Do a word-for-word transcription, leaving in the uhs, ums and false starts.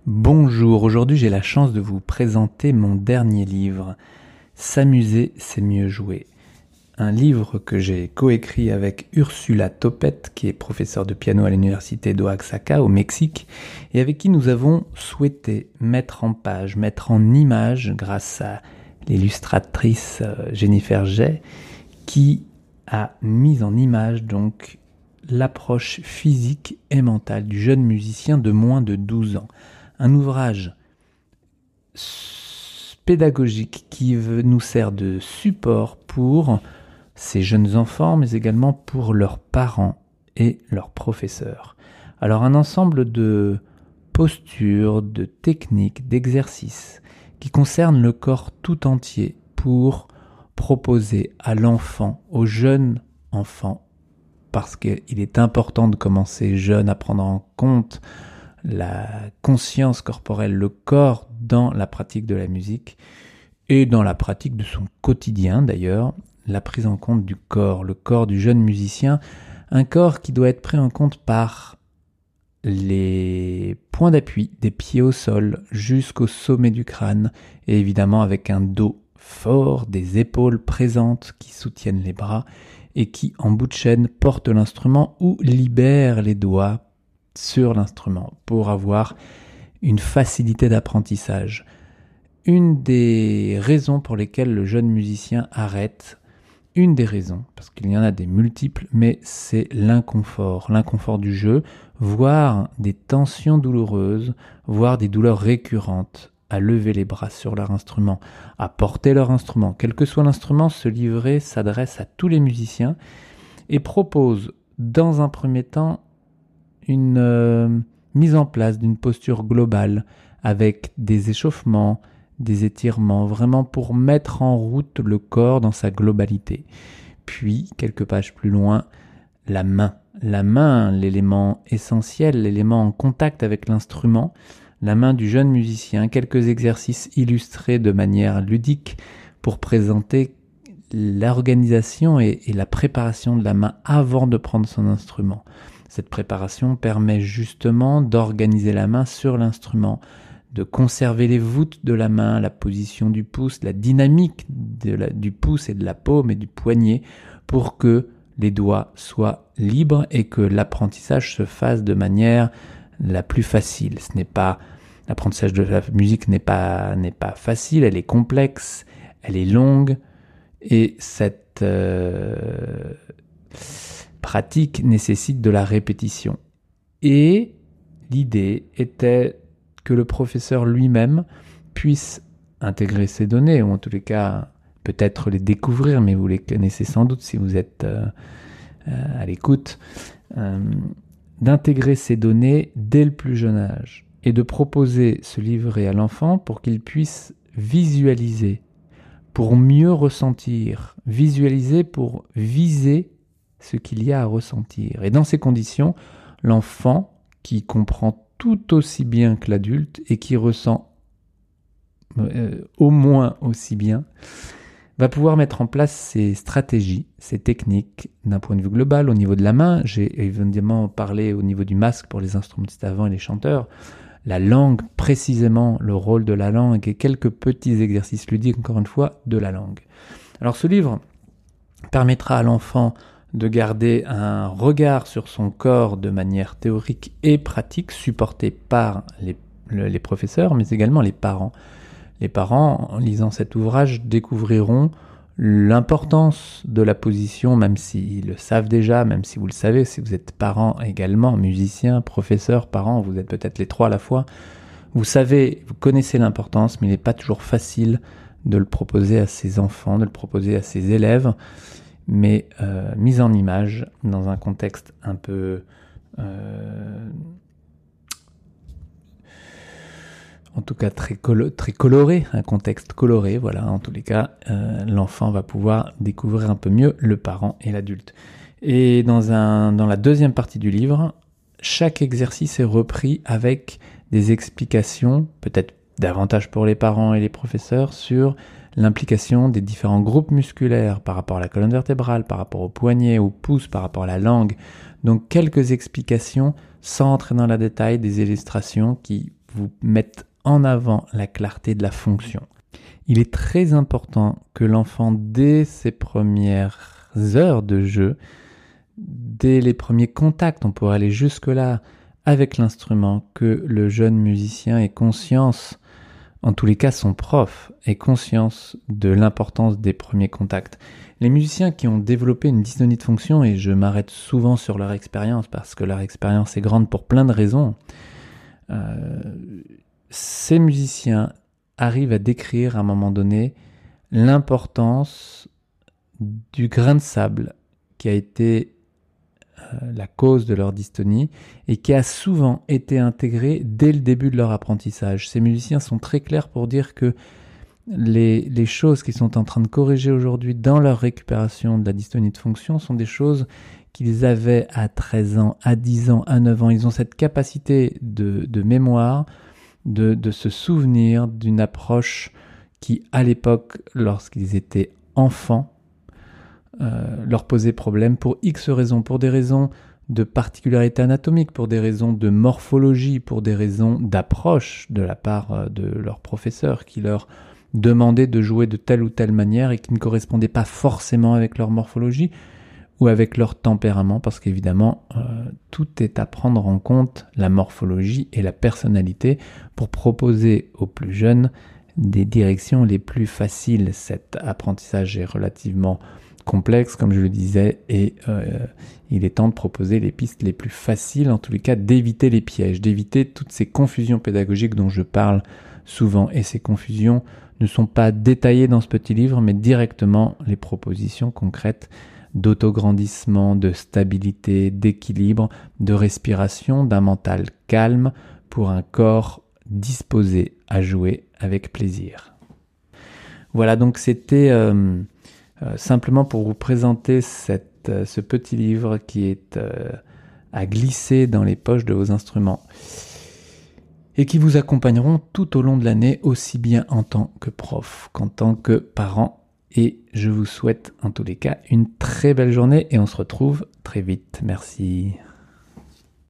Bonjour, aujourd'hui j'ai la chance de vous présenter mon dernier livre, S'amuser, c'est mieux jouer. Un livre que j'ai coécrit avec Ursula Topet, qui est professeure de piano à l'université d'Oaxaca au Mexique, et avec qui nous avons souhaité mettre en page, mettre en image, grâce à l'illustratrice Jennifer Jay, qui a mis en image donc l'approche physique et mentale du jeune musicien de moins de douze ans. Un ouvrage pédagogique qui nous sert de support pour ces jeunes enfants, mais également pour leurs parents et leurs professeurs. Alors un ensemble de postures, de techniques, d'exercices qui concernent le corps tout entier pour proposer à l'enfant, au jeune enfant, parce qu'il est important de commencer jeune à prendre en compte la conscience corporelle, le corps dans la pratique de la musique et dans la pratique de son quotidien d'ailleurs, la prise en compte du corps, le corps du jeune musicien, un corps qui doit être pris en compte par les points d'appui des pieds au sol jusqu'au sommet du crâne et évidemment avec un dos fort, des épaules présentes qui soutiennent les bras et qui en bout de chaîne portent l'instrument ou libèrent les doigts sur l'instrument pour avoir une facilité d'apprentissage. Une des raisons pour lesquelles le jeune musicien arrête, une des raisons, parce qu'il y en a des multiples, mais c'est l'inconfort, l'inconfort du jeu, voire des tensions douloureuses, voire des douleurs récurrentes à lever les bras sur leur instrument, à porter leur instrument. Quel que soit l'instrument, ce livret s'adresse à tous les musiciens et propose dans un premier temps une euh, mise en place d'une posture globale avec des échauffements, des étirements, vraiment pour mettre en route le corps dans sa globalité. Puis, quelques pages plus loin, la main. La main, l'élément essentiel, l'élément en contact avec l'instrument, la main du jeune musicien, quelques exercices illustrés de manière ludique pour présenter l'organisation et, et la préparation de la main avant de prendre son instrument. Cette préparation permet justement d'organiser la main sur l'instrument, de conserver les voûtes de la main, la position du pouce, la dynamique de la, du pouce et de la paume et du poignet pour que les doigts soient libres et que l'apprentissage se fasse de manière la plus facile. Ce n'est pas, l'apprentissage de la musique n'est pas, n'est pas facile, elle est complexe, elle est longue et cette euh, pratique nécessite de la répétition. Et l'idée était que le professeur lui-même puisse intégrer ces données, ou en tous les cas peut-être les découvrir, mais vous les connaissez sans doute si vous êtes euh, euh, à l'écoute, euh, d'intégrer ces données dès le plus jeune âge et de proposer ce livret à l'enfant pour qu'il puisse visualiser, pour mieux ressentir, visualiser pour viser ce qu'il y a à ressentir. Et dans ces conditions, l'enfant qui comprend tout aussi bien que l'adulte et qui ressent euh, au moins aussi bien, va pouvoir mettre en place ces stratégies, ces techniques d'un point de vue global au niveau de la main. J'ai évidemment parlé au niveau du masque pour les instrumentistes avant et les chanteurs. La langue, précisément le rôle de la langue et quelques petits exercices ludiques, encore une fois, de la langue. Alors ce livre permettra à l'enfant de garder un regard sur son corps de manière théorique et pratique, supporté par les, les professeurs, mais également les parents. Les parents, en lisant cet ouvrage, découvriront l'importance de la position, même s'ils le savent déjà, même si vous le savez, si vous êtes parent également, musicien, professeur, parent, vous êtes peut-être les trois à la fois, vous savez, vous connaissez l'importance, mais il n'est pas toujours facile de le proposer à ses enfants, de le proposer à ses élèves, mais euh, mise en image dans un contexte un peu euh, en tout cas très, colo- très coloré, un contexte coloré, voilà, en tous les cas, euh, l'enfant va pouvoir découvrir un peu mieux le parent et l'adulte. Et dans, un, dans la deuxième partie du livre, chaque exercice est repris avec des explications, peut-être davantage pour les parents et les professeurs, sur l'implication des différents groupes musculaires par rapport à la colonne vertébrale, par rapport au poignet, au pouce, par rapport à la langue. Donc quelques explications sans entrer dans le détail, des illustrations qui vous mettent en avant la clarté de la fonction. Il est très important que l'enfant, dès ses premières heures de jeu, dès les premiers contacts, on pourrait aller jusque-là avec l'instrument, que le jeune musicien ait conscience, en tous les cas son prof, ait conscience de l'importance des premiers contacts. Les musiciens qui ont développé une dystonie de fonction, et je m'arrête souvent sur leur expérience parce que leur expérience est grande pour plein de raisons, euh, ces musiciens arrivent à décrire à un moment donné l'importance du grain de sable qui a été euh, la cause de leur dystonie et qui a souvent été intégré dès le début de leur apprentissage. Ces musiciens sont très clairs pour dire que les, les choses qu'ils sont en train de corriger aujourd'hui dans leur récupération de la dystonie de fonction sont des choses qu'ils avaient à treize ans, à dix ans, à neuf ans. Ils ont cette capacité de, de mémoire, de, de se souvenir d'une approche qui, à l'époque, lorsqu'ils étaient enfants, euh, leur posait problème pour X raisons, pour des raisons de particularité anatomique, pour des raisons de morphologie, pour des raisons d'approche de la part de leur professeur qui leur demandait de jouer de telle ou telle manière et qui ne correspondait pas forcément avec leur morphologie ou avec leur tempérament, parce qu'évidemment, euh, tout est à prendre en compte, la morphologie et la personnalité, pour proposer aux plus jeunes des directions les plus faciles. Cet apprentissage est relativement complexe, comme je le disais, et euh, il est temps de proposer les pistes les plus faciles, en tous les cas d'éviter les pièges, d'éviter toutes ces confusions pédagogiques dont je parle souvent. Et ces confusions ne sont pas détaillées dans ce petit livre, mais directement les propositions concrètes d'autograndissement, de stabilité, d'équilibre, de respiration, d'un mental calme pour un corps disposé à jouer avec plaisir. Voilà, donc c'était euh, euh, simplement pour vous présenter cette, euh, ce petit livre qui est euh, à glisser dans les poches de vos instruments et qui vous accompagneront tout au long de l'année, aussi bien en tant que prof qu'en tant que parent. Et je vous souhaite en tous les cas une très belle journée et on se retrouve très vite. Merci.